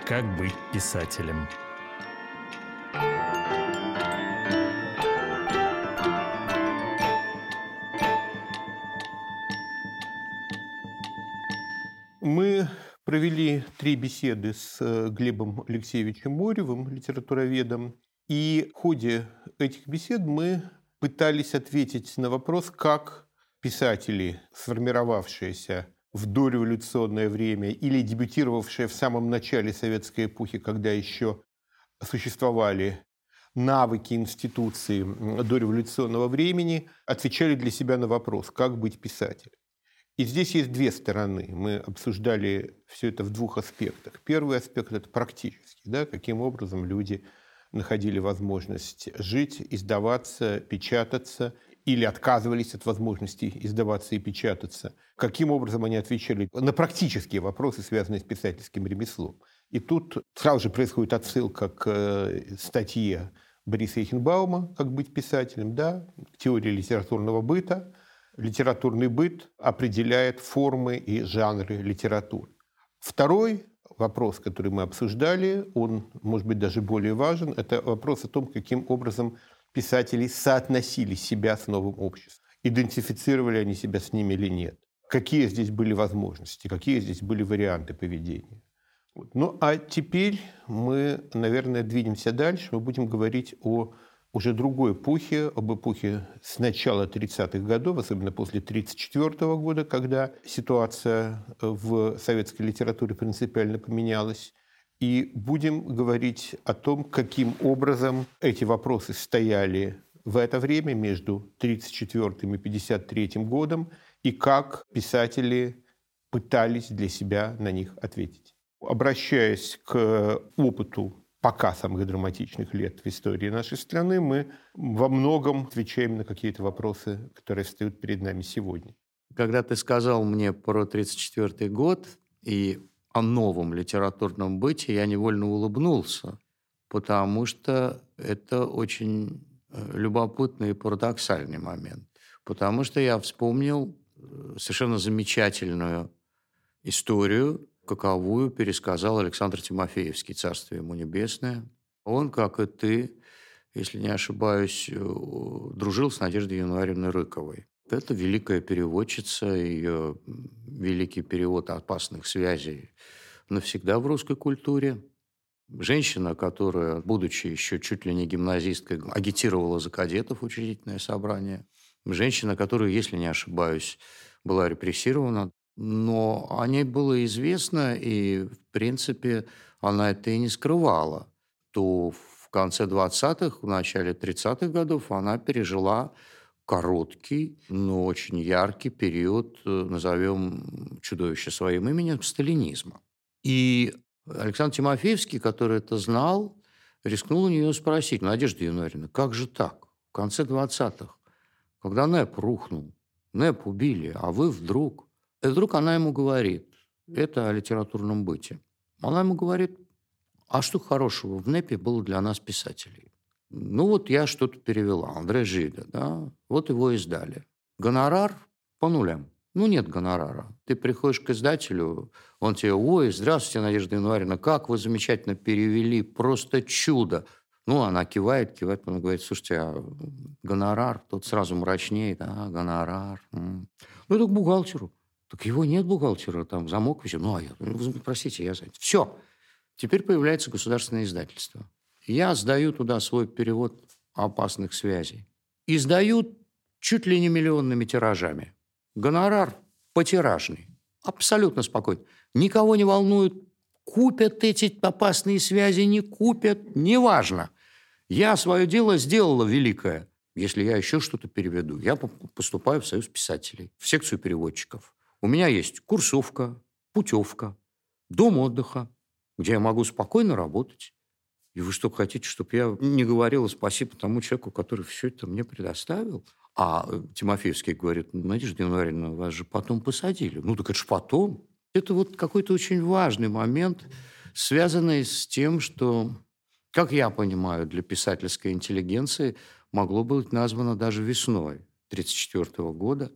Как быть писателем? Мы провели 3 беседы с Глебом Алексеевичем Моревым, литературоведом. И в ходе этих бесед мы пытались ответить на вопрос, как писатели, сформировавшиеся в дореволюционное время или дебютировавшие в самом начале советской эпохи, когда еще существовали навыки институции дореволюционного времени, отвечали для себя на вопрос, как быть писателем. И здесь есть две стороны. Мы обсуждали все это в двух аспектах. Первый аспект – это практический, да, каким образом люди находили возможность жить, издаваться, печататься, или отказывались от возможности издаваться и печататься. Каким образом они отвечали на практические вопросы, связанные с писательским ремеслом. И тут сразу же происходит отсылка к статье Бориса Эйхенбаума «Как быть писателем», да, к теории литературного быта. Литературный быт определяет формы и жанры литературы. Второй вопрос, который мы обсуждали, он, может быть, даже более важен, это вопрос о том, каким образом писатели соотносили себя с новым обществом. Идентифицировали они себя с ними или нет. Какие здесь были возможности, какие здесь были варианты поведения. Ну, а теперь мы, наверное, двинемся дальше. Мы будем говорить о уже другой эпохе, об эпохе с начала 30-х годов, особенно после 1934 года, когда ситуация в советской литературе принципиально поменялась. И будем говорить о том, каким образом эти вопросы стояли в это время между 1934 и 1953 годом, и как писатели пытались для себя на них ответить. Обращаясь к опыту пока самых драматичных лет в истории нашей страны, мы во многом отвечаем на какие-то вопросы, которые встают перед нами сегодня. Когда ты сказал мне про 1934 год и о новом литературном быте, я невольно улыбнулся, потому что это очень любопытный и парадоксальный момент. Потому что я вспомнил совершенно замечательную историю, каковую пересказал Александр Тимофеевский, царствие ему небесное. Он, как и ты, если не ошибаюсь, дружил с Надеждой Януаревной Рыковой. Это великая переводчица, ее великий перевод «Опасных связей» навсегда в русской культуре. Женщина, которая, будучи еще чуть ли не гимназисткой, агитировала за кадетов учредительное собрание. Женщина, которая, если не ошибаюсь, была репрессирована. Но о ней было известно, и, в принципе, она это и не скрывала. То в конце 20-х, в начале 30-х годов она пережила короткий, но очень яркий период, назовем чудовище своим именем, сталинизма. И Александр Тимофеевский, который это знал, рискнул у нее спросить: «Надежда Януаревна, как же так? В конце 20-х, когда НЭП рухнул, НЭП убили, а вы вдруг...» И вдруг она ему говорит, это о литературном быте, она ему говорит: «А что хорошего в НЭПе было для нас, писателей? Ну вот я что-то перевела, Андре Жида, да, вот его издали. Гонорар по нулям. Ну, нет гонорара. Ты приходишь к издателю, он тебе: ой, здравствуйте, Надежда Януаревна, как вы замечательно перевели, просто чудо». Ну, она кивает, потом говорит: слушайте, а гонорар? Тот сразу мрачнеет: гонорар. Ну, это к бухгалтеру. Так его нет, бухгалтера, там замок висит. Ну, а я, простите, я занят. Все. Теперь появляется государственное издательство. Я сдаю туда свой перевод «Опасных связей». И сдаю чуть ли не миллионными тиражами. Гонорар потиражный. Абсолютно спокойно. Никого не волнует, купят эти опасные связи, не купят, неважно. Я свое дело сделала великое. Если я еще что-то переведу, я поступаю в Союз писателей, в секцию переводчиков. У меня есть курсовка, путевка, дом отдыха, где я могу спокойно работать. И вы что, хотите, чтобы я не говорила спасибо тому человеку, который все это мне предоставил? А Тимофеевский говорит: Надежда Януаревна, вас же потом посадили. Ну, так это же потом. Это вот какой-то очень важный момент, связанный с тем, что, как я понимаю, для писательской интеллигенции могло быть названо даже весной 1934 года,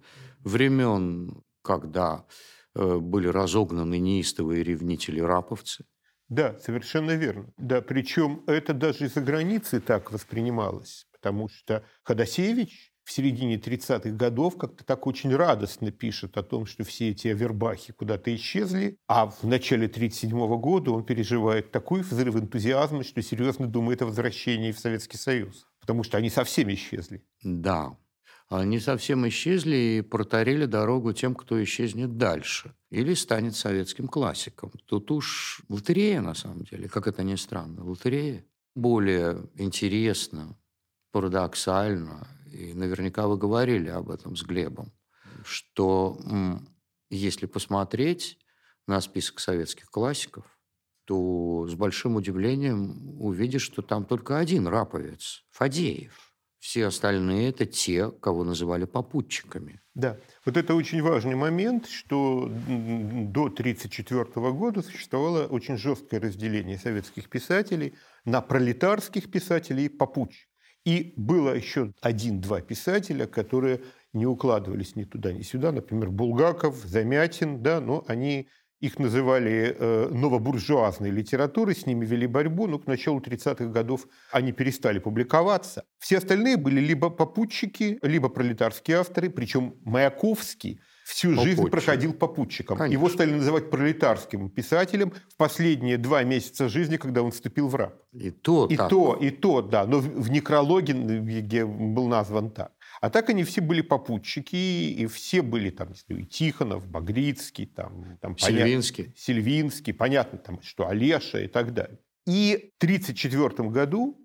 времен, когда были разогнаны неистовые ревнители-раповцы, Да, совершенно верно. Да, причем это даже из-за границы так воспринималось, потому что Ходосевич в середине 30-х годов как-то так очень радостно пишет о том, что все эти авербахи куда-то исчезли, а в начале 1937 года он переживает такой взрыв энтузиазма, что серьезно думает о возвращении в Советский Союз, потому что они совсем исчезли. Да, они совсем исчезли и протарили дорогу тем, кто исчезнет дальше или станет советским классиком. Тут уж лотерея, на самом деле, как это ни странно, лотерея. Более интересно, парадоксально, и наверняка вы говорили об этом с Глебом, что если посмотреть на список советских классиков, то с большим удивлением увидишь, что там только один раповец – Фадеев. Все остальные – это те, кого называли попутчиками. Да, вот это очень важный момент, что до 1934 года существовало очень жесткое разделение советских писателей на пролетарских писателей и попутчиков. И было еще 1-2 писателя, которые не укладывались ни туда, ни сюда. Например, Булгаков, Замятин, да, но их называли новобуржуазной литературой, с ними вели борьбу, но к началу 30-х годов они перестали публиковаться. Все остальные были либо попутчики, либо пролетарские авторы, причем Маяковский всю жизнь проходил попутчиком. Конечно. Его стали называть пролетарским писателем в последние 2 месяца жизни, когда он вступил в раб. И то, да, но в некрологе был назван так. А так они все были попутчики, и все были там, и Тихонов, Багрицкий, там Сильвинский, понятно, там, что Олеша и так далее. И в 1934 году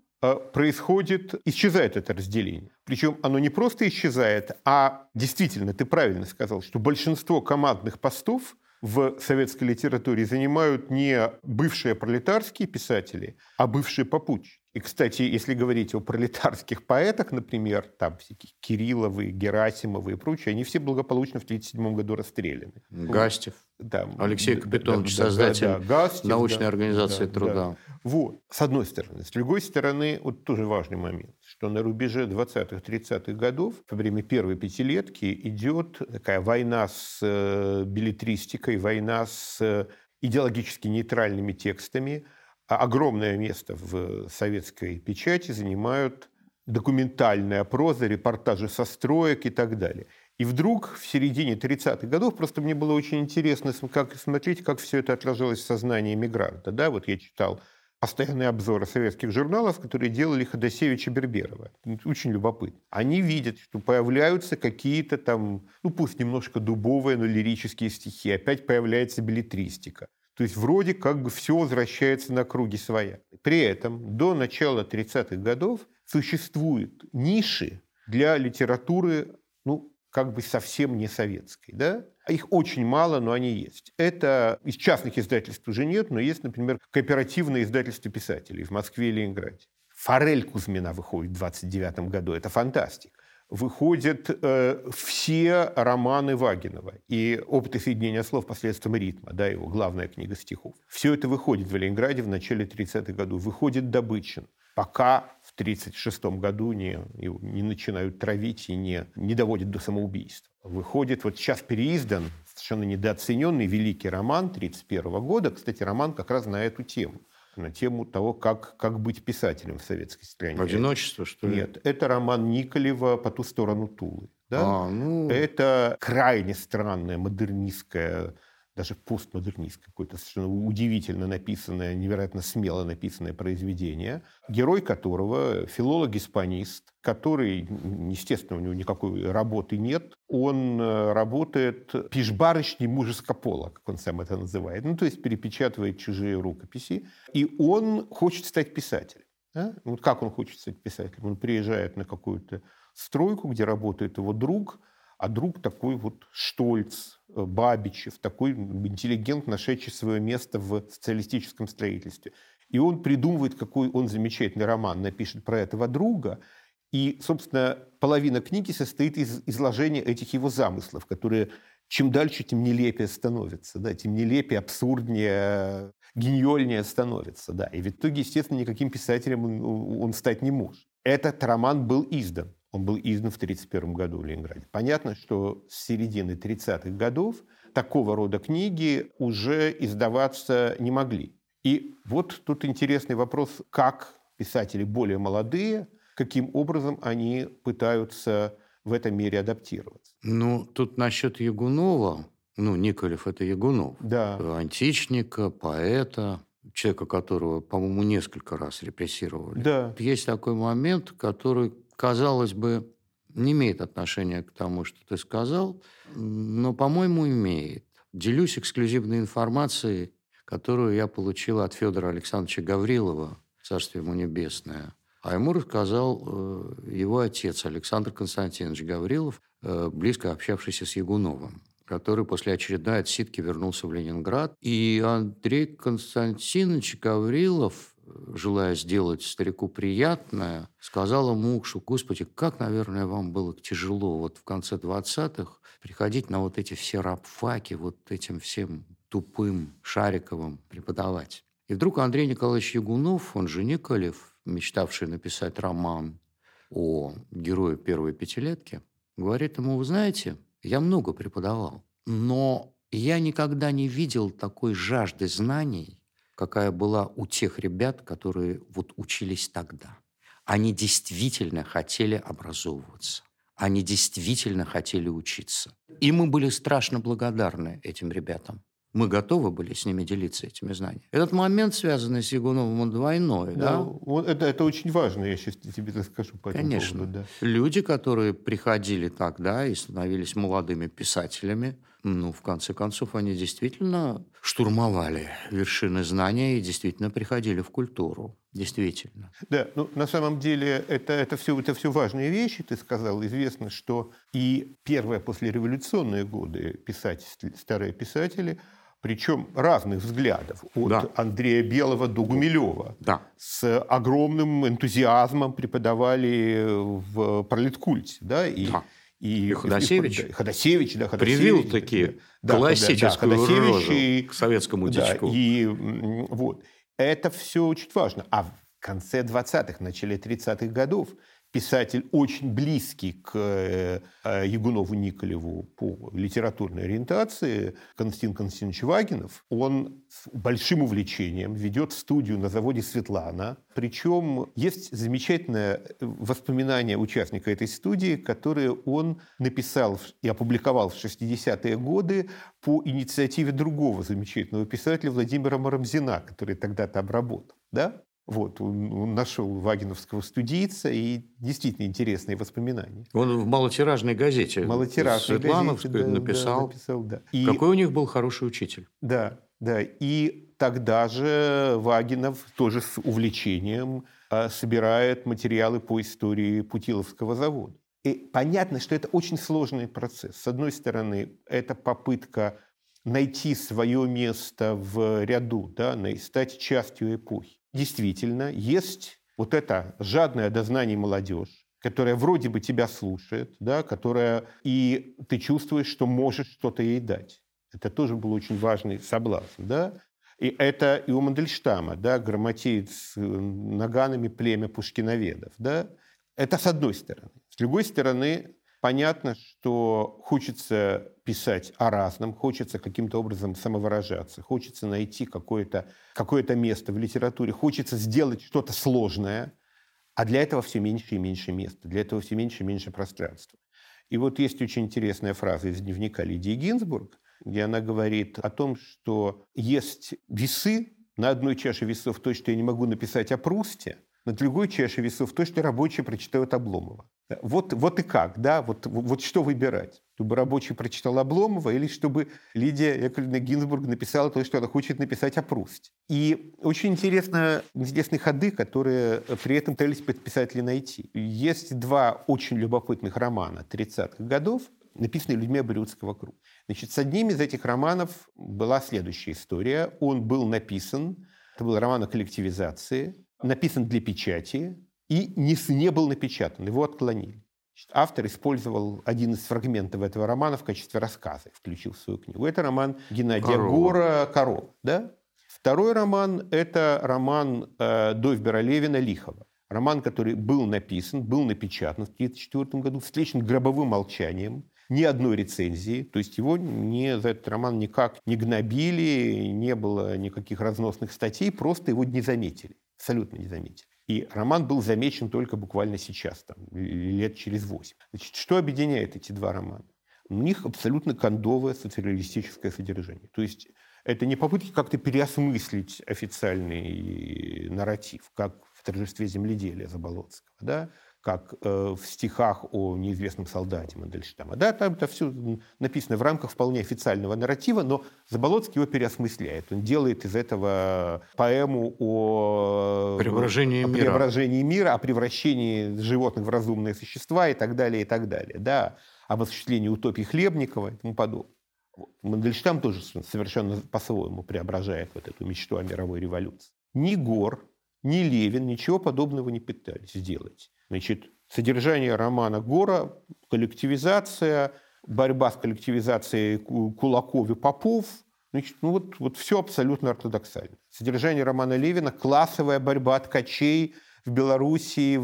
исчезает это разделение. Причем оно не просто исчезает, а действительно, ты правильно сказал, что большинство командных постов в советской литературе занимают не бывшие пролетарские писатели, а бывшие попутчики. И, кстати, если говорить о пролетарских поэтах, например, там всякие Кирилловы, Герасимовы и прочие, они все благополучно в 1937 году расстреляны. Гастев, да, Алексей Капитонович, создатель Гастев, научной организации труда. Да. Вот, с одной стороны. С другой стороны, вот тоже важный момент, что на рубеже 20-30-х годов, во время первой пятилетки, идет такая война с беллетристикой, война с идеологически нейтральными текстами. Огромное место в советской печати занимают документальная проза, репортажи со строек и так далее. И вдруг в середине 30-х годов просто мне было очень интересно смотреть, как все это отражалось в сознании мигранта. Да, вот я читал постоянные обзоры советских журналов, которые делали Ходосевич и Берберова. Очень любопытно. Они видят, что появляются какие-то там, пусть немножко дубовые, но лирические стихи. Опять появляется беллетристика. То есть вроде как бы все возвращается на круги своя. При этом до начала 30-х годов существуют ниши для литературы, как бы совсем не советской. Да? Их очень мало, но они есть. Это из частных издательств уже нет, но есть, например, кооперативное издательство писателей в Москве и Ленинграде. «Форель» Кузьмина выходит в 1929 году. Это фантастика. Выходят все романы Вагинова и «Опыты соединения слов посредством ритма», да, его главная книга стихов. Все это выходит в Ленинграде в начале 30-х годов. Выходит Добычин, пока в 1936 году не начинают травить и не доводят до самоубийства. Выходит, вот сейчас переиздан совершенно недооцененный великий роман 1931 года, кстати, роман как раз на эту тему. На тему того, как быть писателем в советской стране. «Одиночество», что ли? Нет, это роман Николева «По ту сторону Тулы». Да? Это крайне странное, модернистское, даже постмодернистское, какое-то совершенно удивительно написанное, невероятно смело написанное произведение, герой которого филолог-испанист, который, естественно, у него никакой работы нет, он работает пишбарышней мужеского пола, как он сам это называет, то есть перепечатывает чужие рукописи, и он хочет стать писателем. Да? Вот как он хочет стать писателем? Он приезжает на какую-то стройку, где работает его друг, а друг такой вот Штольц, Бабичев, такой интеллигент, нашедший свое место в социалистическом строительстве. И он придумывает, какой он замечательный роман напишет про этого друга. И, собственно, половина книги состоит из изложения этих его замыслов, которые чем дальше, тем нелепее становятся, да, тем нелепее, абсурднее, гениальнее становится. Да. И в итоге, естественно, никаким писателем он стать не может. Этот роман был издан. Он был издан в 1931 году в Ленинграде. Понятно, что с середины 30-х годов такого рода книги уже издаваться не могли. И вот тут интересный вопрос, как писатели более молодые, каким образом они пытаются в этом мире адаптироваться. Ну, тут насчет Ягунова, Николев – это Ягунов, Да. античника, поэта, человека, которого, по-моему, несколько раз репрессировали. Да. Есть такой момент, который, казалось бы, не имеет отношения к тому, что ты сказал, но, по-моему, имеет. Делюсь эксклюзивной информацией, которую я получил от Федора Александровича Гаврилова, царствие ему небесное. А ему рассказал его отец Александр Константинович Гаврилов, близко общавшийся с Ягуновым, который после очередной отсидки вернулся в Ленинград. И Андрей Константинович Гаврилов, желая сделать старику приятное, сказал ему, что, Господи, как, наверное, вам было тяжело вот в конце 20-х приходить на вот эти все рабфаки, вот этим всем тупым Шариковым преподавать. И вдруг Андрей Николаевич Ягунов, он же Николев, мечтавший написать роман о герое первой пятилетки, говорит ему, вы знаете, я много преподавал, но я никогда не видел такой жажды знаний, какая была у тех ребят, которые вот учились тогда. Они действительно хотели образовываться. Они действительно хотели учиться. И мы были страшно благодарны этим ребятам. Мы готовы были с ними делиться этими знаниями. Этот момент, связанный с Ягуновым, он двойной. Да? Это очень важно, я сейчас тебе расскажу по этому Конечно. поводу. Да. Люди, которые приходили тогда и становились молодыми писателями, в конце концов, они действительно штурмовали вершины знания и действительно приходили в культуру. Действительно. Да, на самом деле это все важные вещи, ты сказал. Известно, что и первые послереволюционные годы старые писатели, причем разных взглядов, от Андрея Белого до Гумилева, с огромным энтузиазмом преподавали в пролеткульте. Да, и Ходосевич. Привил такие классическую рожу к советскому дичку. Это все очень важно. А в конце 20-х, начале 30-х годов писатель, очень близкий к Ягунову Николеву по литературной ориентации, Константин Константинович Вагинов, он с большим увлечением ведет студию на заводе «Светлана». Причем есть замечательное воспоминание участника этой студии, которое он написал и опубликовал в 60-е годы по инициативе другого замечательного писателя Владимира Марамзина, который тогда-то обработал. Да? Он нашел вагиновского студийца, и действительно интересные воспоминания. Он в малотиражной газете Светлановской написал. И какой у них был хороший учитель. Да. И тогда же Вагинов тоже с увлечением собирает материалы по истории Путиловского завода. И понятно, что это очень сложный процесс. С одной стороны, это попытка найти свое место в ряду, стать частью эпохи. Действительно, есть вот эта жадная до знаний молодежь, которая вроде бы тебя слушает, которая и ты чувствуешь, что можешь что-то ей дать. Это тоже был очень важный соблазн. И это и у Мандельштама, грамотеец с наганами племя пушкиноведов. Это с одной стороны. С другой стороны, понятно, что хочется писать о разном, хочется каким-то образом самовыражаться, хочется найти какое-то место в литературе, хочется сделать что-то сложное, а для этого все меньше и меньше места, для этого все меньше и меньше пространства. И вот есть очень интересная фраза из дневника Лидии Гинзбург, где она говорит о том, что есть весы, на одной чаше весов то, что я не могу написать о Прусте, на другой чаше весов то, что рабочие прочитают Обломова. Вот и как, вот что выбирать? Чтобы рабочий прочитал Обломова или чтобы Лидия Яковлевна Гинзбург написала то, что она хочет написать о Прусте. И очень интересные ходы, которые при этом пытались писатели найти. Есть два очень любопытных романа 30-х годов, написанные людьми Абриутского круга. С одним из этих романов была следующая история. Он был написан, это был роман о коллективизации, написан для печати и не был напечатан, его отклонили. Автор использовал один из фрагментов этого романа в качестве рассказа, включил в свою книгу. Это роман Геннадия Гора «Корова». Второй роман – это роман Дойбера-Левина «Лихова». Роман, который был написан, был напечатан в 1934 году, встречен гробовым молчанием. ни одной рецензии. То есть его за этот роман никак не гнобили, не было никаких разносных статей, просто его не заметили. Абсолютно не заметили. И роман был замечен только буквально сейчас, лет через 8. Значит, что объединяет эти два романа? У них абсолютно кондовое социалистическое содержание. То есть это не попытки как-то переосмыслить официальный нарратив, как в «Торжестве земледелия» Заболоцкого, да? Как в стихах о неизвестном солдате Мандельштама. Да, там это все написано в рамках вполне официального нарратива, но Заболоцкий его переосмысляет. Он делает из этого поэму о преображении мира, о превращении животных в разумные существа и так далее, и так далее. Да, об осуществлении утопии Хлебникова и тому подобное. Мандельштам тоже совершенно по-своему преображает вот эту мечту о мировой революции. Ни Гор, ни Левин ничего подобного не пытались сделать. Значит, содержание романа Гора – коллективизация, борьба с коллективизацией кулаков и попов. Значит, вот все абсолютно ортодоксально. Содержание романа Левина – классовая борьба ткачей в Белоруссии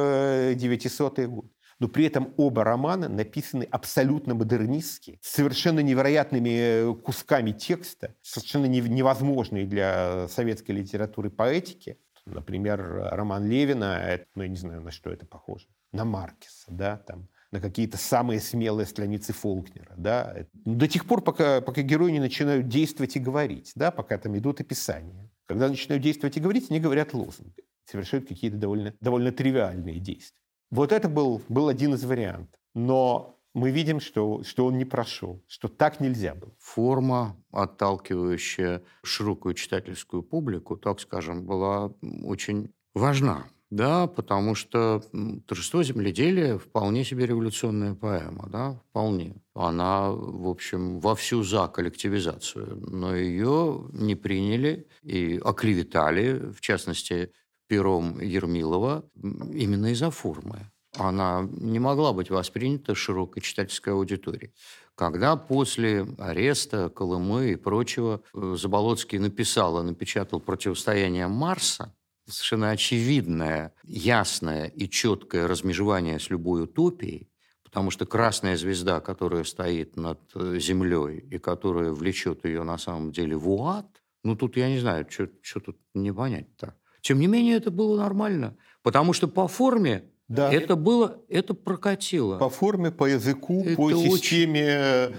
в 900-е годы. Но при этом оба романа написаны абсолютно модернистски, с совершенно невероятными кусками текста, совершенно невозможные для советской литературы поэтики. Например, роман Левина, я не знаю, на что это похоже, на Маркеса, да, там, на какие-то самые смелые страницы Фолкнера. Да. До тех пор, пока герои не начинают действовать и говорить, да, пока там идут описания. Когда начинают действовать и говорить, они говорят лозунги, совершают какие-то довольно тривиальные действия. Вот это был один из вариантов. Но мы видим, что он не прошел, что так нельзя было. Форма, отталкивающая широкую читательскую публику, так скажем, была очень важна. Да, потому что «Торжество земледелия» вполне себе революционная поэма, да, вполне. Она, в общем, вовсю за коллективизацию, но ее не приняли и оклеветали, в частности, пером Ермилова, именно из-за формы. Она не могла быть воспринята широкой читательской аудиторией. Когда после ареста, Колымы и прочего Заболоцкий напечатал «Противостояние Марса», совершенно очевидное, ясное и четкое размежевание с любой утопией, потому что красная звезда, которая стоит над землей и которая влечет ее на самом деле в ад, тут я не знаю, что тут не понять-то. Тем не менее, это было нормально, потому что по форме да. Это прокатило. По форме, по языку, по системе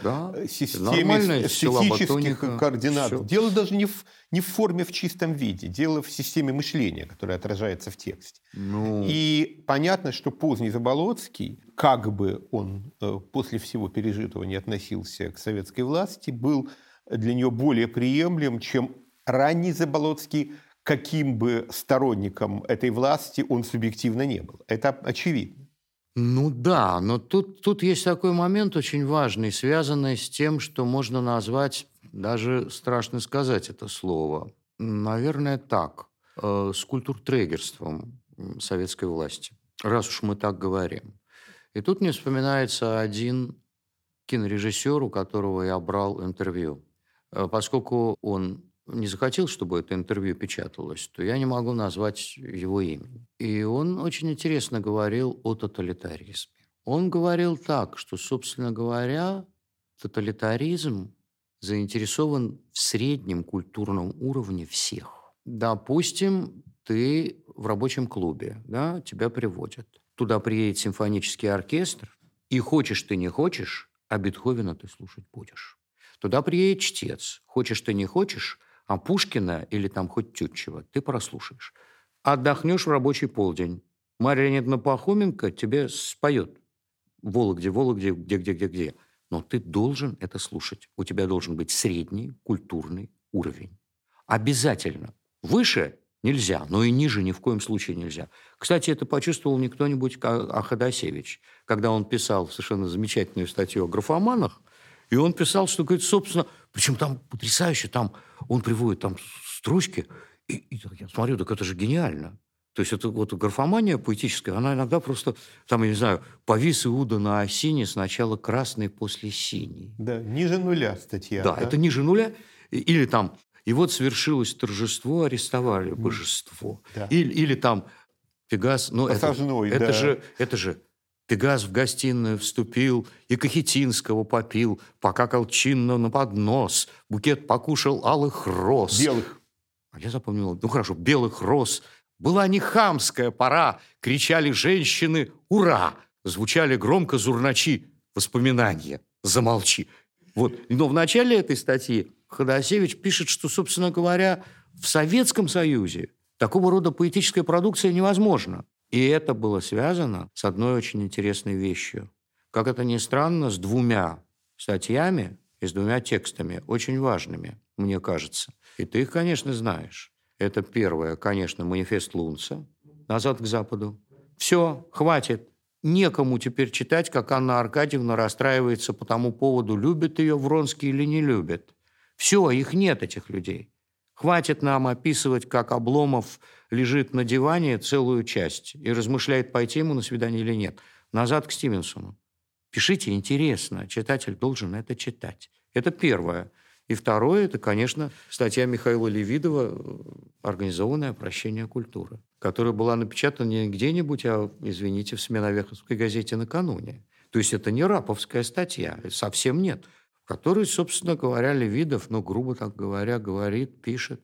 эстетических координат. Все. Дело даже не в форме в чистом виде, дело в системе мышления, которая отражается в тексте. И понятно, что поздний Заболоцкий, как бы он после всего пережитого не относился к советской власти, был для нее более приемлем, чем ранний Заболоцкий, каким бы сторонником этой власти он субъективно не был. Это очевидно. Да, но тут есть такой момент очень важный, связанный с тем, что можно назвать, даже страшно сказать это слово, наверное, так, с культуртрегерством советской власти, раз уж мы так говорим. И тут мне вспоминается один кинорежиссер, у которого я брал интервью. Поскольку он не захотел, чтобы это интервью печаталось, то я не могу назвать его имя. И он очень интересно говорил о тоталитаризме. Он говорил так, что, собственно говоря, тоталитаризм заинтересован в среднем культурном уровне всех. Допустим, ты в рабочем клубе, да, тебя приводят. Туда приедет симфонический оркестр, и хочешь ты не хочешь, а Бетховена ты слушать будешь. Туда приедет чтец. Хочешь ты не хочешь, а Пушкина или там хоть Тютчева ты прослушаешь. Отдохнешь в рабочий полдень. Марья Леонидовна Пахоменко тебе споет. Вологде, где. Но ты должен это слушать. У тебя должен быть средний культурный уровень. Обязательно. Выше нельзя, но и ниже ни в коем случае нельзя. Кстати, это почувствовал не кто-нибудь, а Ходосевич, когда он писал совершенно замечательную статью о графоманах. И он писал, что, говорит, собственно, причем там потрясающе, там он приводит там строчки, и я смотрю, так это же гениально. То есть это вот графомания поэтическая, она иногда просто, там, я не знаю, повис Иуда на осине, сначала красный, после синий. Да, ниже нуля статья. Да, это ниже нуля. Или там, и вот свершилось торжество, арестовали божество. Да. Или там Пегас, ну это же Пегас в гостиную вступил и Кахетинского попил, покакал чинно на поднос, букет покушал алых роз. Белых. А я запомнил, хорошо, белых роз. Была не хамская пора, кричали женщины «Ура!», звучали громко зурначи «Воспоминания, замолчи». Вот. Но в начале этой статьи Ходосевич пишет, что, собственно говоря, в Советском Союзе такого рода поэтическая продукция невозможна. И это было связано с одной очень интересной вещью. Как это ни странно, с двумя статьями и с двумя текстами, очень важными, мне кажется. И ты их, конечно, знаешь. Это первое, конечно, манифест Лунца «Назад к Западу». Все, хватит. Некому теперь читать, как Анна Аркадьевна расстраивается по тому поводу, любит ее Вронский или не любит. Все, их нет, этих людей. Хватит нам описывать, как Обломов лежит на диване целую часть и размышляет, пойти ему на свидание или нет. Назад к Стивенсону. Пишите интересно, читатель должен это читать. Это первое. И второе, это, конечно, статья Михаила Левидова «Организованное опрощение культуры», которая была напечатана не где-нибудь, а, извините, в Сменовеховской газете накануне. То есть это не раповская статья, совсем нет. В которой, собственно говоря, Левидов, грубо так говоря, говорит, пишет,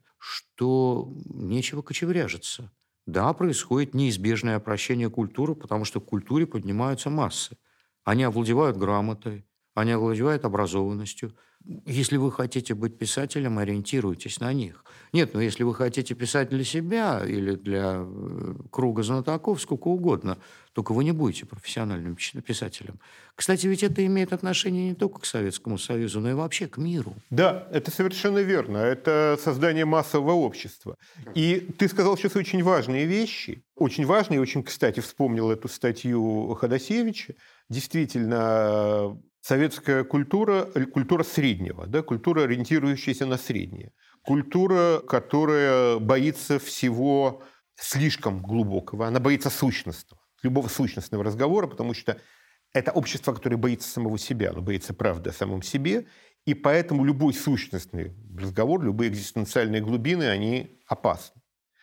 что нечего кочевряжиться. Да, происходит неизбежное опрощение культуры, потому что к культуре поднимаются массы. Они овладевают грамотой, они овладевают образованностью. Если вы хотите быть писателем, ориентируйтесь на них. Нет, если вы хотите писать для себя или для круга знатоков, сколько угодно, только вы не будете профессиональным писателем. Кстати, ведь это имеет отношение не только к Советскому Союзу, но и вообще к миру. Да, это совершенно верно. Это создание массового общества. И ты сказал сейчас очень важные вещи. Очень важные. Очень, кстати, вспомнил эту статью Ходосевича. Действительно, советская культура среднего, да, культура, ориентирующаяся на среднее. Культура, которая боится всего слишком глубокого, она боится сущностного, любого сущностного разговора, потому что это общество, которое боится самого себя, оно боится правды о самом себе, и поэтому любой сущностный разговор, любые экзистенциальные глубины, они опасны.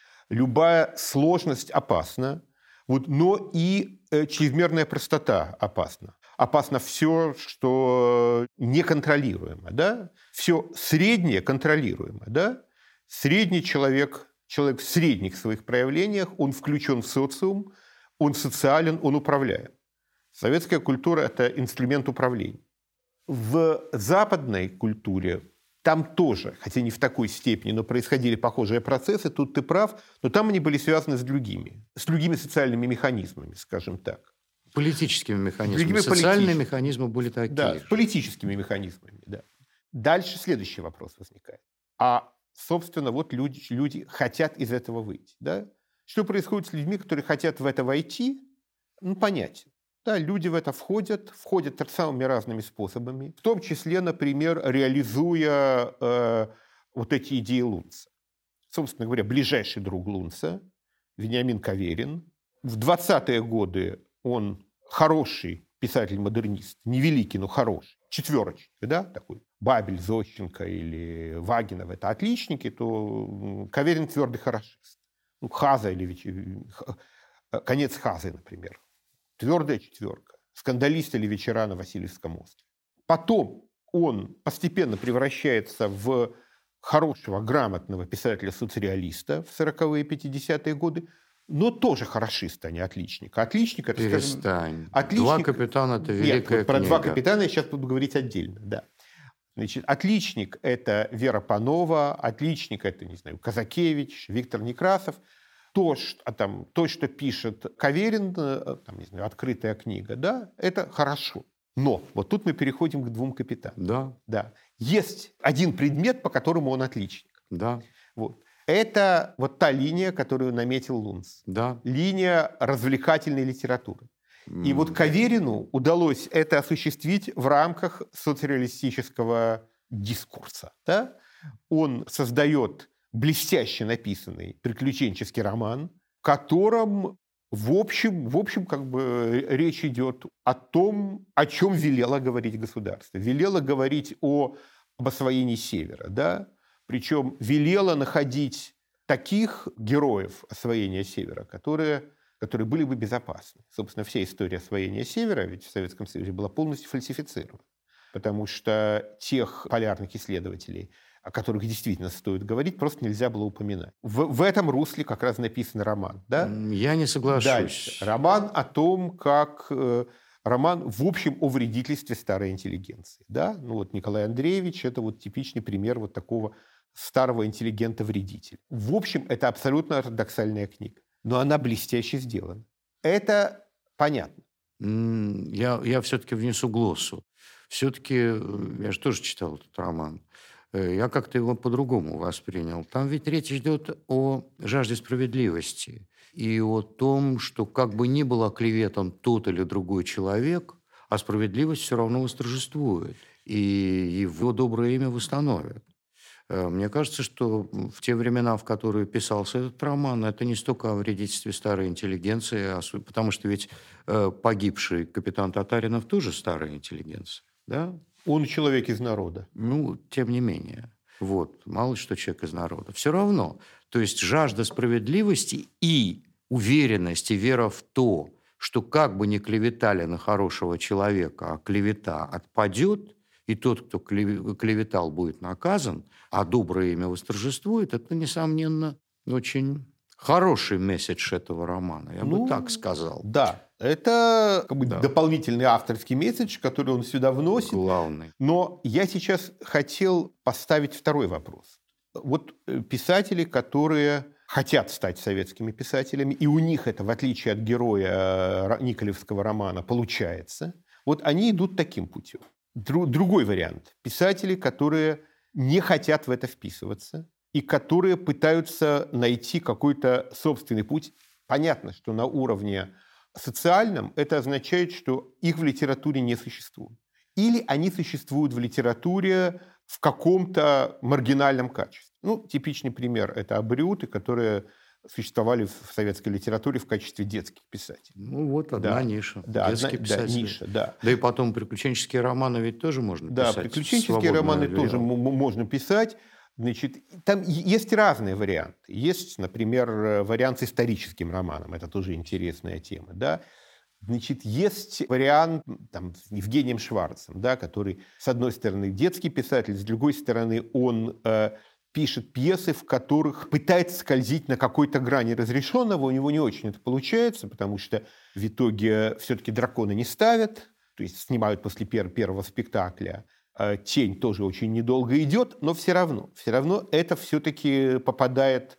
Любая сложность опасна, но и чрезмерная простота опасна. Опасно все, что неконтролируемо, да? Все среднее контролируемо, да? Средний человек в средних своих проявлениях, он включен в социум, он социален, он управляем. Советская культура – это инструмент управления. В западной культуре там тоже, хотя не в такой степени, но происходили похожие процессы, тут ты прав, но там они были связаны с другими социальными механизмами, скажем так. Политическими механизмами. Социальные механизмы были такие. Да, с политическими механизмами. Да. Дальше следующий вопрос возникает. Собственно, люди хотят из этого выйти. Да? Что происходит с людьми, которые хотят в это войти? Понятен. Да, люди в это входят самыми разными способами, в том числе, например, реализуя эти идеи Лунца. Собственно говоря, ближайший друг Лунца, Вениамин Каверин, в 20-е годы он хороший писатель-модернист, невеликий, но хороший, четверочник, да, такой. Бабель, Зощенко или Вагинов – это отличники, то Каверин твердый хорошист. Хаза или конец Хазы, например. Твердая четверка. Скандалист или вечера на Васильевском острове. Потом он постепенно превращается в хорошего, грамотного писателя-соцреалиста в 40-е и 50-е годы, но тоже хорошист, а не отличник. Отличник – это, перестань. «Два капитана» – это великая книга. Нет, про «Два капитана» я сейчас буду говорить отдельно, да. Значит, отличник – это Вера Панова, отличник – это, не знаю, Казакевич, Виктор Некрасов. То, что пишет Каверин, не знаю, открытая книга, да, это хорошо. Но вот тут мы переходим к «Двум капитанам». Да. Есть один предмет, по которому он отличник. Да. Вот. Это та линия, которую наметил Лунц. Да. Линия развлекательной литературы. И Каверину удалось это осуществить в рамках соцреалистического дискурса. Да? Он создает блестяще написанный приключенческий роман, в котором, в общем, речь идет о том, о чем велело говорить государство. Велело говорить об освоении Севера, да? Причем велело находить таких героев освоения Севера, которые которые были бы безопасны. Собственно, вся история освоения Севера ведь в Советском Союзе была полностью фальсифицирована, потому что тех полярных исследователей, о которых действительно стоит говорить, просто нельзя было упоминать. В этом русле как раз написан роман. Да? Я не соглашусь. Дальше. Роман о том, как... Роман, в общем, о вредительстве старой интеллигенции. Да? Ну, вот Николай Андреевич – это вот типичный пример вот такого старого интеллигента-вредителя. В общем, это абсолютно ортодоксальная книга. Но она блестяще сделана. Это понятно. Я все-таки внесу глоссу. Все-таки я же тоже читал этот роман. Я как-то его по-другому воспринял. Там ведь речь идет о жажде справедливости и о том, что как бы ни был оклеветан тот или другой человек, а справедливость все равно восторжествует, и его доброе имя восстановят. Мне кажется, что в те времена, в которые писался этот роман, это не столько о вредительстве старой интеллигенции, потому что ведь погибший капитан Татаринов тоже старая интеллигенция, да? Он человек из народа. Ну, тем не менее. Вот, мало ли что человек из народа. Все равно. То есть жажда справедливости и уверенность, и вера в то, что как бы ни клеветали на хорошего человека, а клевета отпадет, и тот, кто клеветал, будет наказан, а доброе имя восторжествует, это, несомненно, очень хороший месседж этого романа. Я бы так сказал. Да, это как бы дополнительный авторский месседж, который он сюда вносит. Главный. Но я сейчас хотел поставить второй вопрос. Вот писатели, которые хотят стать советскими писателями, и у них это, в отличие от героя николевского романа, получается, вот они идут таким путем. Другой вариант. Писатели, которые не хотят в это вписываться и которые пытаются найти какой-то собственный путь. Понятно, что на уровне социальном это означает, что их в литературе не существует. Или они существуют в литературе в каком-то маргинальном качестве. Ну, типичный пример – это абориуты, которые существовали в советской литературе в качестве детских писателей. Ну, вот одна ниша. Да, детские писатели. Да, ниша, да. Да и потом приключенческие романы ведь тоже можно писать. Да, приключенческие романы тоже можно писать. Значит, там есть разные варианты. Есть, например, вариант с историческим романом. Это тоже интересная тема. Да? Значит, есть вариант там, с Евгением Шварцем, да, который, с одной стороны, детский писатель, с другой стороны, он пишет пьесы, в которых пытается скользить на какой-то грани разрешенного. У него не очень это получается, потому что в итоге все-таки драконы не ставят, то есть снимают после первого спектакля. Тень тоже очень недолго идет, но все равно это все-таки попадает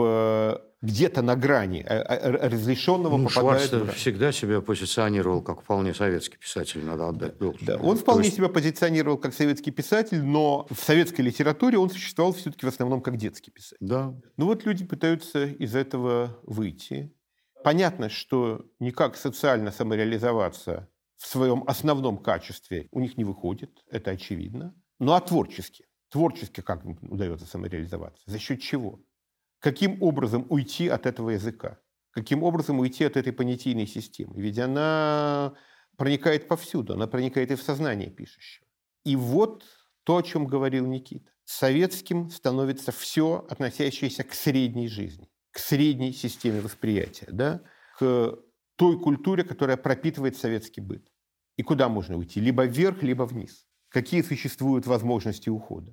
где-то на грани разрешенного. Шварц всегда себя позиционировал как вполне советский писатель, надо отдать должное. Да, он вполне себя позиционировал как советский писатель, но в советской литературе он существовал все-таки в основном как детский писатель. Да. Ну вот люди пытаются из этого выйти. Понятно, что никак социально самореализоваться в своем основном качестве у них не выходит, это очевидно. Ну а творчески? Творчески как им удается самореализоваться? За счет чего? Каким образом уйти от этого языка? Каким образом уйти от этой понятийной системы? Ведь она проникает повсюду, она проникает и в сознание пишущего. И вот то, о чем говорил Никита. Советским становится все, относящееся к средней жизни, к средней системе восприятия, да? К той культуре, которая пропитывает советский быт. И куда можно уйти? Либо вверх, либо вниз. Какие существуют возможности ухода?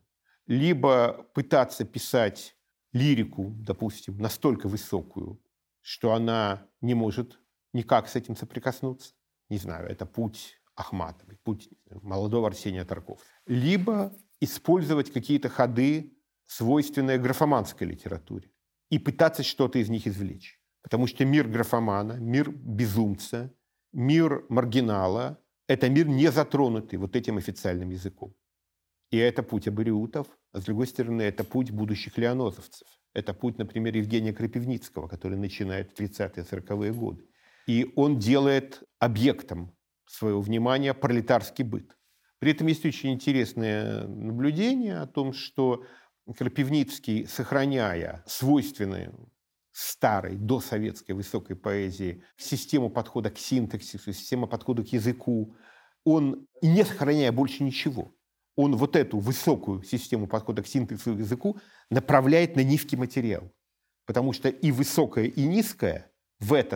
Либо пытаться писать лирику, допустим, настолько высокую, что она не может никак с этим соприкоснуться. Не знаю, это путь Ахматовой, путь молодого Арсения Тарковского. Либо использовать какие-то ходы, свойственные графоманской литературе, и пытаться что-то из них извлечь. Потому что мир графомана, мир безумца, мир маргинала – это мир, не затронутый вот этим официальным языком. И это путь абориутов, а с другой стороны, это путь будущих лианозовцев. Это путь, например, Евгения Крапивницкого, который начинает в 30-40-е годы. И он делает объектом своего внимания пролетарский быт. При этом есть очень интересное наблюдение о том, что Крапивницкий, сохраняя свойственные старой, досоветской высокой поэзии систему подхода к синтаксису, систему подхода к языку, он, не сохраняя больше ничего, он вот эту высокую систему подхода к синтаксису и языку направляет на низкий материал. Потому что и высокое, и низкое в этот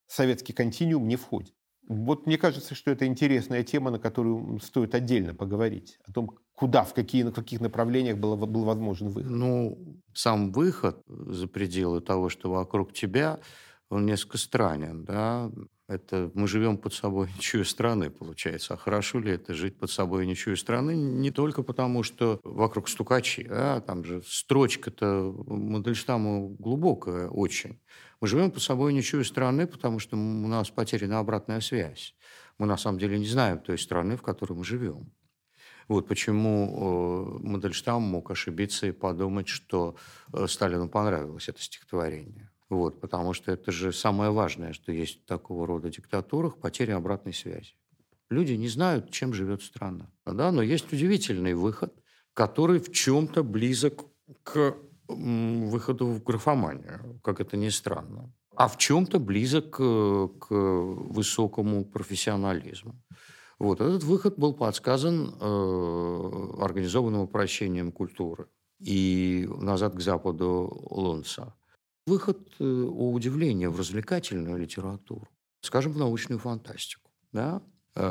советский континуум не входит. Вот мне кажется, что это интересная тема, на которую стоит отдельно поговорить. О том, куда, в каких направлениях был возможен выход. Ну, сам выход за пределы того, что вокруг тебя, он несколько странен, да. Это мы живем под собой ничьей страны, получается. А хорошо ли это жить под собой ничьей страны? Не только потому, что вокруг стукачи, а там же строчка-то Мандельштама глубокая очень. Мы живем под собой ничьей страны, потому что у нас потеряна обратная связь. Мы на самом деле не знаем той страны, в которой мы живем. Вот почему Мандельштам мог ошибиться и подумать, что Сталину понравилось это стихотворение. Вот, потому что это же самое важное, что есть в такого рода диктатурах, потеря обратной связи. Люди не знают, чем живет страна. Да? Но есть удивительный выход, который в чем-то близок к выходу в графоманию, как это ни странно, а в чем-то близок к высокому профессионализму. Вот, этот выход был подсказан организованным упрощением культуры и «Назад к западу» Лонса. Выход, о удивление, в развлекательную литературу, скажем, в научную фантастику, да?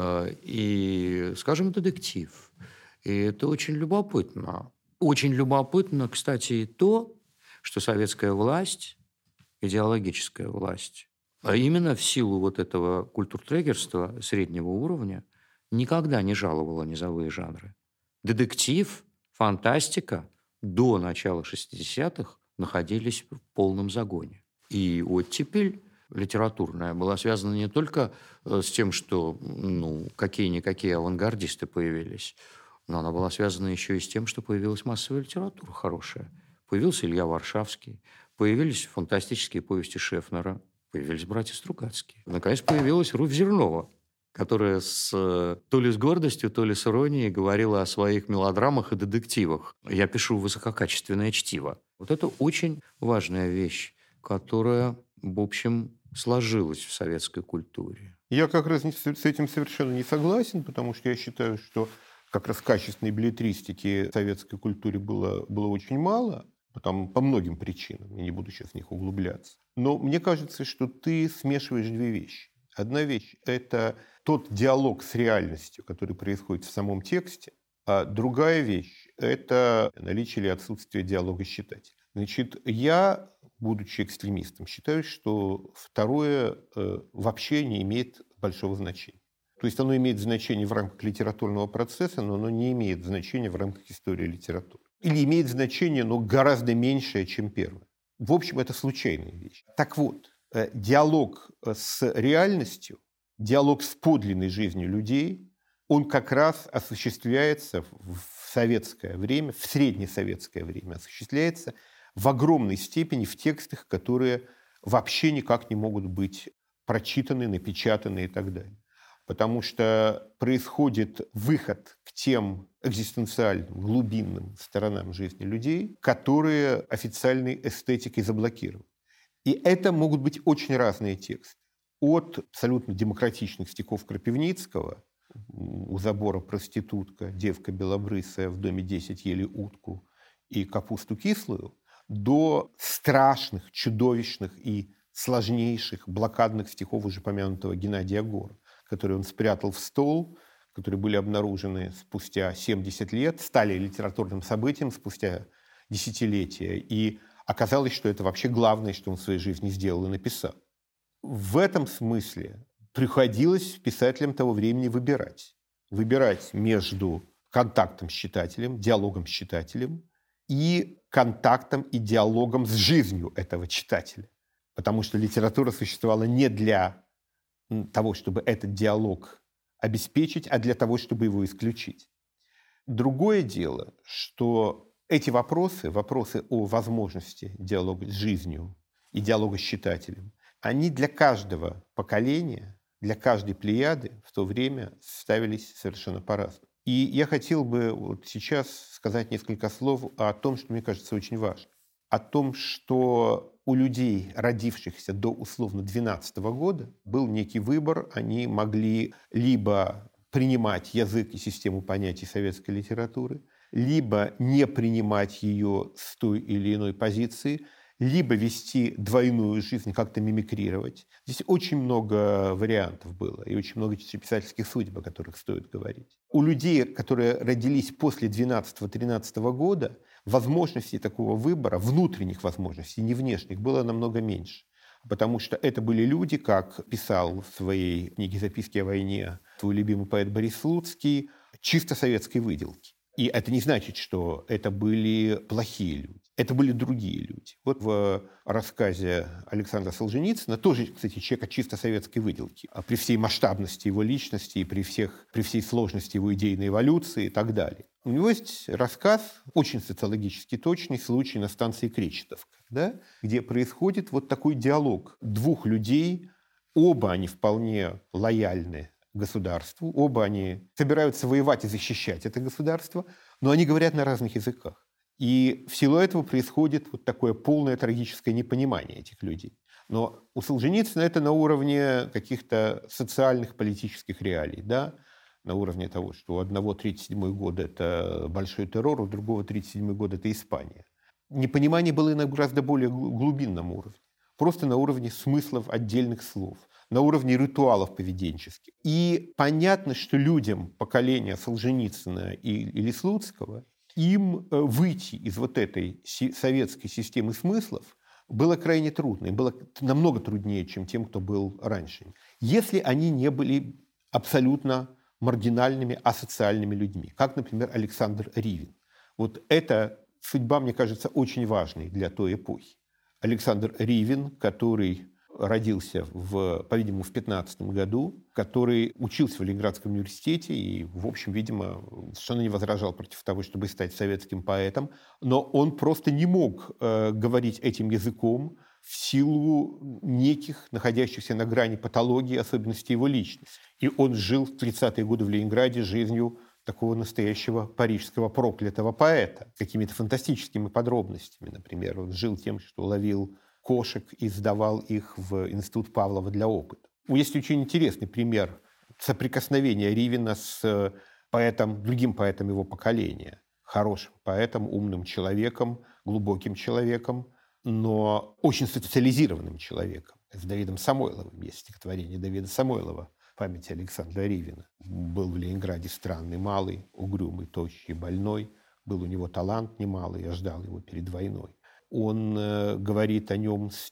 И, скажем, детектив. И это очень любопытно. Очень любопытно, кстати, и то, что советская власть, идеологическая власть, а именно в силу вот этого культуртрегерства среднего уровня, никогда не жаловала низовые жанры. Детектив, фантастика до начала 60-х находились в полном загоне. И оттепель литературная была связана не только с тем, что какие-никакие авангардисты появились, но она была связана еще и с тем, что появилась массовая литература хорошая. Появился Илья Варшавский, появились фантастические повести Шефнера, появились братья Стругацкие. Наконец появилась Руфь Зернова, которая то ли с гордостью, то ли с иронией говорила о своих мелодрамах и детективах. Я пишу высококачественное чтиво. Вот это очень важная вещь, которая, в общем, сложилась в советской культуре. Я как раз с этим совершенно не согласен, потому что я считаю, что как раз качественной беллетристики в советской культуре было очень мало, по многим причинам, я не буду сейчас в них углубляться. Но мне кажется, что ты смешиваешь две вещи. Одна вещь – это тот диалог с реальностью, который происходит в самом тексте, а другая вещь – это наличие или отсутствие диалога с читателем. Значит, я, будучи экстремистом, считаю, что второе вообще не имеет большого значения. То есть оно имеет значение в рамках литературного процесса, но оно не имеет значения в рамках истории литературы. Или имеет значение, но гораздо меньшее, чем первое. В общем, это случайная вещь. Так вот, диалог с реальностью, диалог с подлинной жизнью людей, он как раз осуществляется в советское время, в среднесоветское время, осуществляется в огромной степени в текстах, которые вообще никак не могут быть прочитаны, напечатаны и так далее. Потому что происходит выход к тем экзистенциальным, глубинным сторонам жизни людей, которые официальной эстетикой заблокированы. И это могут быть очень разные тексты. От абсолютно демократичных стихов Крапивницкого «У забора проститутка, девка белобрысая, в доме 10 ели утку и капусту кислую» до страшных, чудовищных и сложнейших блокадных стихов уже помянутого Геннадия Гора, которые он спрятал в стол, которые были обнаружены спустя 70 лет, стали литературным событием спустя десятилетия. И оказалось, что это вообще главное, что он в своей жизни сделал и написал. В этом смысле приходилось писателям того времени выбирать. Выбирать между контактом с читателем, диалогом с читателем и контактом и диалогом с жизнью этого читателя. Потому что литература существовала не для того, чтобы этот диалог обеспечить, а для того, чтобы его исключить. Другое дело, что эти вопросы о возможности диалога с жизнью и диалога с читателем, они для каждого поколения, для каждой плеяды в то время ставились совершенно по-разному. И я хотел бы вот сейчас сказать несколько слов о том, что мне кажется очень важным. О том, что у людей, родившихся до условно 12 года, был некий выбор. Они могли либо принимать язык и систему понятий советской литературы, либо не принимать ее с той или иной позиции, либо вести двойную жизнь, как-то мимикрировать. Здесь очень много вариантов было, и очень много писательских судеб, о которых стоит говорить. У людей, которые родились после 12-13 года, возможностей такого выбора, внутренних возможностей, не внешних, было намного меньше. Потому что это были люди, как писал в своей книге «Записки о войне» свой любимый поэт Борис Слуцкий, чисто советской выделки. И это не значит, что это были плохие люди. Это были другие люди. Вот в рассказе Александра Солженицына, тоже, кстати, человека чисто советской выделки, при всей масштабности его личности, при всей сложности его идейной эволюции и так далее. У него есть рассказ, очень социологически точный, случай на станции Кречетовка, да, где происходит вот такой диалог двух людей, оба они вполне лояльны государству, оба они собираются воевать и защищать это государство, но они говорят на разных языках. И в силу этого происходит вот такое полное трагическое непонимание этих людей. Но у Солженицына это на уровне каких-то социальных, политических реалий, да? На уровне того, что у одного 1937 год – это большой террор, у другого 1937 год – это Испания. Непонимание было на гораздо более глубинном уровне. Просто на уровне смыслов отдельных слов, на уровне ритуалов поведенческих. И понятно, что людям поколения Солженицына или Слуцкого им выйти из вот этой советской системы смыслов было крайне трудно. И было намного труднее, чем тем, кто был раньше. Если они не были абсолютно маргинальными, асоциальными людьми. Как, например, Александр Ривин. Вот эта судьба, мне кажется, очень важной для той эпохи. Александр Ривин, который родился, по-видимому, в 15 году, который учился в Ленинградском университете и, в общем, видимо, совершенно не возражал против того, чтобы стать советским поэтом, но он просто не мог говорить этим языком в силу неких, находящихся на грани патологии, особенностей его личности. И он жил в 30-е годы в Ленинграде жизнью такого настоящего парижского проклятого поэта, какими-то фантастическими подробностями. Например, он жил тем, что ловил кошек и сдавал их в Институт Павлова для опыта. Есть очень интересный пример соприкосновения Ривина с поэтом, другим поэтом его поколения. Хорошим поэтом, умным человеком, глубоким человеком, но очень социализированным человеком. С Давидом Самойловым есть стихотворение Давида Самойлова в памяти Александра Ривина. Был в Ленинграде странный, малый, угрюмый, тощий, больной. Был у него талант немалый, я ждал его перед войной. Он говорит о нем с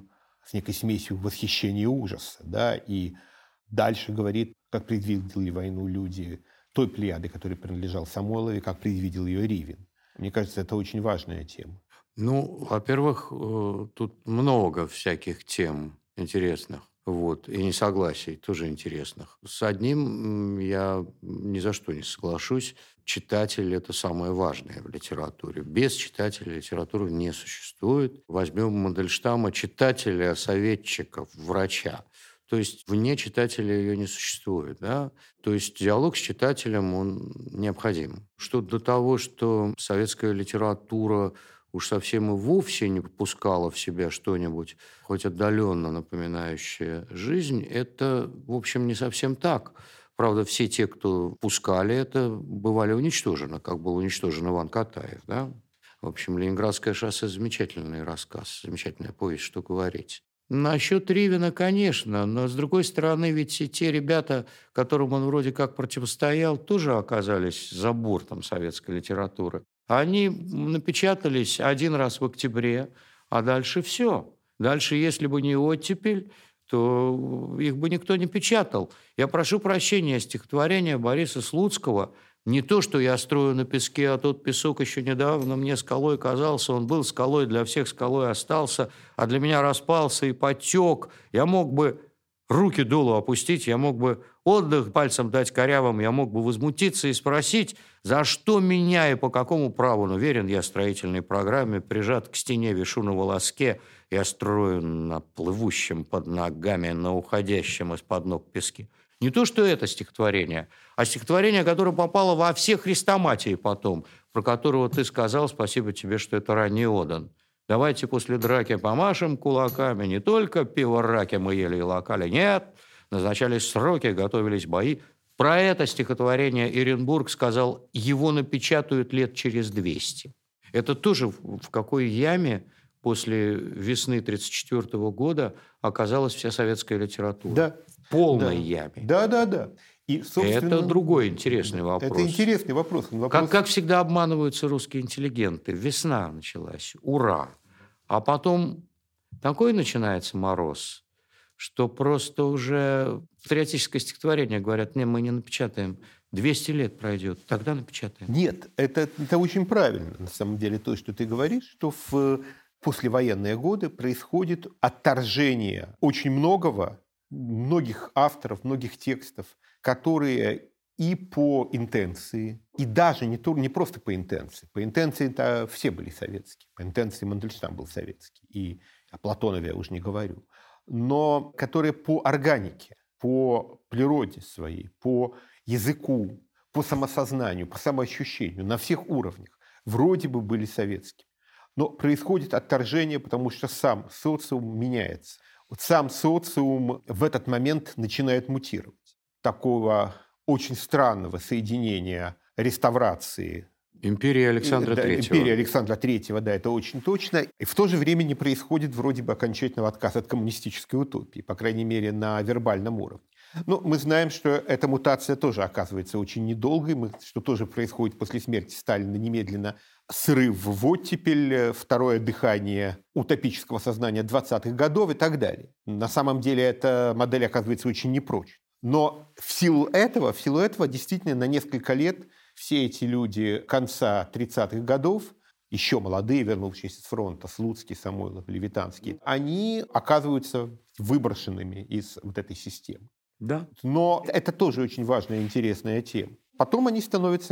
некой смесью восхищения и ужаса. Да? И дальше говорит, как предвидели войну люди той плеяды, которой принадлежал Самойлове, как предвидел ее Ривин. Мне кажется, это очень важная тема. Ну, во-первых, тут много всяких тем интересных. Вот, и несогласий тоже интересных. С одним я ни за что не соглашусь. Читатель – это самое важное в литературе. Без читателя литературы не существует. Возьмем Мандельштама: читателя, советчика, врача. То есть вне читателя ее не существует. Да? То есть диалог с читателем, он необходим. Что до того, что советская литература уж совсем и вовсе не попускала в себя что-нибудь, хоть отдаленно напоминающее жизнь, это, в общем, не совсем так. Правда, все те, кто пускали это, бывали уничтожены, как был уничтожен Иван Катаев. Да? В общем, «Ленинградское шоссе» – замечательный рассказ, замечательная повесть, что говорить. Насчет Ривина, конечно, но, с другой стороны, ведь и те ребята, которым он вроде как противостоял, тоже оказались за бортом советской литературы. Они напечатались один раз в октябре, а дальше все. Дальше, если бы не оттепель, то их бы никто не печатал. Я прошу прощения, стихотворение Бориса Слуцкого не то, что я строю на песке, а тот песок еще недавно мне скалой казался, он был скалой, для всех скалой остался, а для меня распался и потек. Я мог бы руки долу опустить, я мог бы отдых пальцем дать корявым, я мог бы возмутиться и спросить, за что меня и по какому праву, но верен я строительной программе, прижат к стене вишу на волоске, я строю на плывущем под ногами, на уходящем из-под ног песке. Не то, что это стихотворение, а стихотворение, которое попало во все хрестоматии потом, про которого ты сказал, спасибо тебе, что это ранний Одан. Давайте после драки помашем кулаками, не только пиво-раки мы ели и локали, нет, назначались сроки, готовились бои. Про это стихотворение Иренбург сказал, его напечатают лет через 200. Это тоже в какой яме после весны 1934 года оказалась вся советская литература. Да. В полной яме. Да. И, это другой интересный вопрос. Это интересный вопрос. Как всегда обманываются русские интеллигенты. Весна началась, ура. А потом такой начинается мороз, что просто уже патриотическое стихотворение говорят, не, мы не напечатаем. 200 лет пройдет, тогда напечатаем. Нет, это очень правильно, на самом деле, то, что ты говоришь, что в послевоенные годы происходит отторжение очень многих авторов, многих текстов, которые и по интенции, и даже не просто по интенции. По интенции-то все были советские. По интенции Мандельштам был советский. И о Платонове я уже не говорю. Но которые по органике, по природе своей, по языку, по самосознанию, по самоощущению, на всех уровнях, вроде бы были советскими. Но происходит отторжение, потому что сам социум меняется. Вот сам социум в этот момент начинает мутировать. Такого очень странного соединения реставрации. Империя Александра III. Империя Александра III, да, это очень точно. И в то же время не происходит вроде бы окончательного отказа от коммунистической утопии, по крайней мере, на вербальном уровне. Но мы знаем, что эта мутация тоже оказывается очень недолгой, что тоже происходит после смерти Сталина немедленно. Срыв в оттепель, второе дыхание утопического сознания 20-х годов и так далее. На самом деле эта модель оказывается очень непрочной. Но в силу этого действительно на несколько лет все эти люди конца 30-х годов, еще молодые, вернувшиеся с фронта, Слуцкий, Самойлов, Левитанский, они оказываются выброшенными из вот этой системы. Да. Но это тоже очень важная и интересная тема. Потом они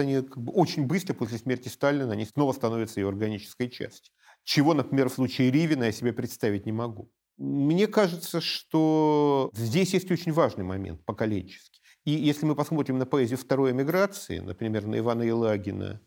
очень быстро после смерти Сталина, они снова становятся ее органической частью. Чего, например, в случае Ривина я себе представить не могу. Мне кажется, что здесь есть очень важный момент поколенческий. И если мы посмотрим на поэзию второй эмиграции, например, на Ивана Елагина,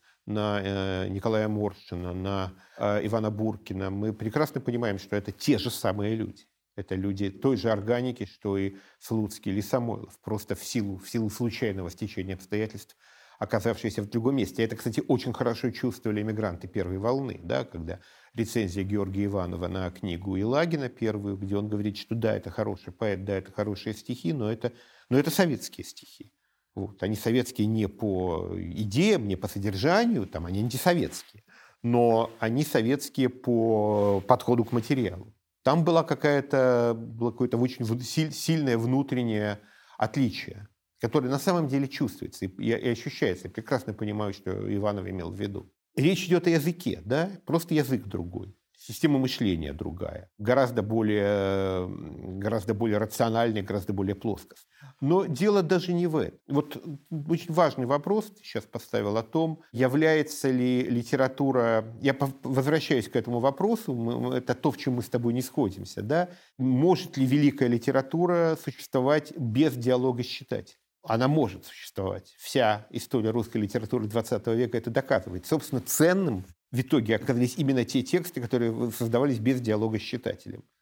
на Николая Моршина, на Ивана Буркина, мы прекрасно понимаем, что это те же самые люди. Это люди той же органики, что и Слуцкий или Самойлов, просто в силу случайного стечения обстоятельств, оказавшиеся в другом месте. Это, кстати, очень хорошо чувствовали эмигранты первой волны, да, когда рецензия Георгия Иванова на книгу Елагина первую, где он говорит, что да, это хороший поэт, да, это хорошие стихи, но это советские стихи. Вот. Они советские не по идеям, не по содержанию, там, они антисоветские, но они советские по подходу к материалу. Там было какое-то очень сильное внутреннее отличие, которое на самом деле чувствуется и ощущается. Я прекрасно понимаю, что Иванов имел в виду. Речь идет о языке, да? Просто язык другой, система мышления другая, гораздо более рациональная, гораздо более плоскостная. Но дело даже не в этом. Вот очень важный вопрос ты сейчас поставил о том, является ли литература... Я возвращаюсь к этому вопросу, это то, в чем мы с тобой не сходимся, да? Может ли великая литература существовать без диалога с читателем? Она может существовать. Вся история русской литературы XX века это доказывает. Собственно, ценным в итоге оказались именно те тексты, которые создавались без диалога с читателем.